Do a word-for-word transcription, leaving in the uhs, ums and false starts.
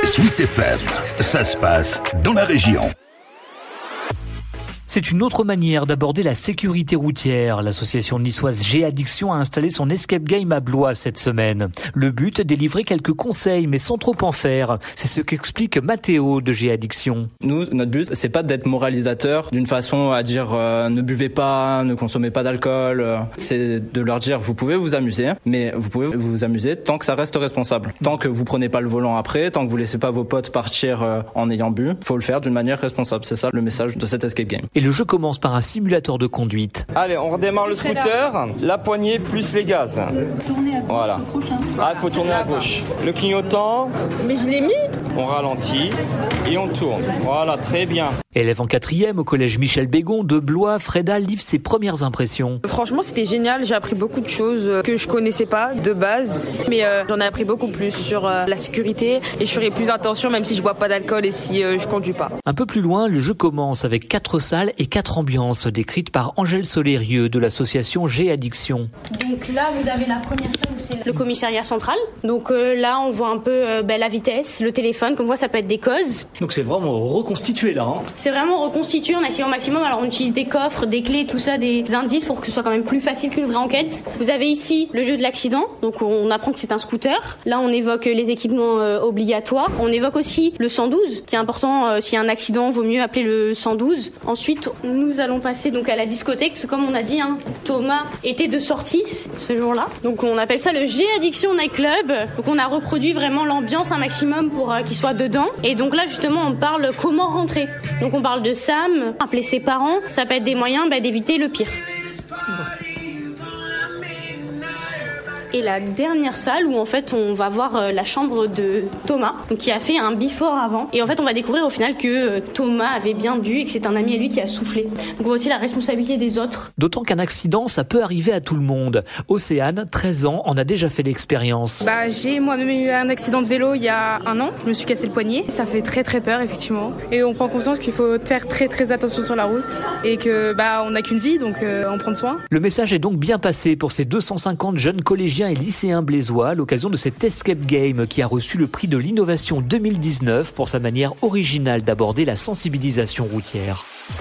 Sweet F M, ça se passe dans la région. C'est une autre manière d'aborder la sécurité routière. L'association niçoise G-Addiction a installé son escape game à Blois cette semaine. Le but, délivrer quelques conseils, mais sans trop en faire. C'est ce qu'explique Mathéo de G-Addiction. Nous, notre but, c'est pas d'être moralisateur d'une façon à dire euh, ne buvez pas, ne consommez pas d'alcool. Euh, c'est de leur dire vous pouvez vous amuser, mais vous pouvez vous amuser tant que ça reste responsable. Tant que vous prenez pas le volant après, tant que vous laissez pas vos potes partir euh, en ayant bu, faut le faire d'une manière responsable. C'est ça le message de cet escape game. Et le jeu commence par un simulateur de conduite. Allez, on redémarre le scooter, la poignée plus les gaz. Voilà. Ah, il faut tourner à gauche. Le clignotant. Mais je l'ai mis. On ralentit et on tourne. Voilà, très bien. Élève en quatrième au collège Michel Bégon de Blois, Freda livre ses premières impressions. Franchement, c'était génial. J'ai appris beaucoup de choses que je connaissais pas de base, mais euh, j'en ai appris beaucoup plus sur euh, la sécurité et je ferai plus attention même si je bois pas d'alcool et si euh, je conduis pas. Un peu plus loin, le jeu commence avec quatre salles et quatre ambiances décrites par Angèle Solérieux de l'association G-Addiction. Donc là, vous avez la première salle où c'est le commissariat central. Donc euh, là, on voit un peu euh, ben, la vitesse, le téléphone. Comme on voit, ça peut être des causes. Donc c'est vraiment reconstitué là. Hein. C'est vraiment reconstitué, on a essayé au maximum. Alors on utilise des coffres, des clés, tout ça, des indices pour que ce soit quand même plus facile qu'une vraie enquête. Vous avez ici le lieu de l'accident. Donc on apprend que c'est un scooter. Là, on évoque les équipements euh, obligatoires. On évoque aussi le cent douze, qui est important. Euh, s'il y a un accident, vaut mieux appeler le cent douze. Ensuite, nous allons passer donc à la discothèque, parce que comme on a dit, hein, Thomas était de sortie ce jour-là. Donc on appelle ça le G-Addiction Night Club. Donc on a reproduit vraiment l'ambiance un maximum pour euh, qu'il soit dedans. Et donc là justement on parle comment rentrer. Donc on parle de Sam, appeler ses parents, ça peut être des moyens bah, d'éviter le pire. Et la dernière salle où en fait on va voir euh, la chambre de Thomas, donc, qui a fait un before avant. Et en fait on va découvrir au final que euh, Thomas avait bien bu et que c'est un ami à lui qui a soufflé. Donc on voit aussi la responsabilité des autres. D'autant qu'un accident ça peut arriver à tout le monde. Océane, treize ans, en a déjà fait l'expérience. Bah, j'ai moi-même eu un accident de vélo il y a un an. Je me suis cassé le poignet. Ça fait très très peur effectivement. Et on prend conscience qu'il faut faire très très attention sur la route et que bah on n'a qu'une vie donc euh, en prendre soin. Le message est donc bien passé pour ces deux cent cinquante jeunes collégiens et lycéens blésois à l'occasion de cet escape game qui a reçu le prix de l'innovation deux mille dix-neuf pour sa manière originale d'aborder la sensibilisation routière.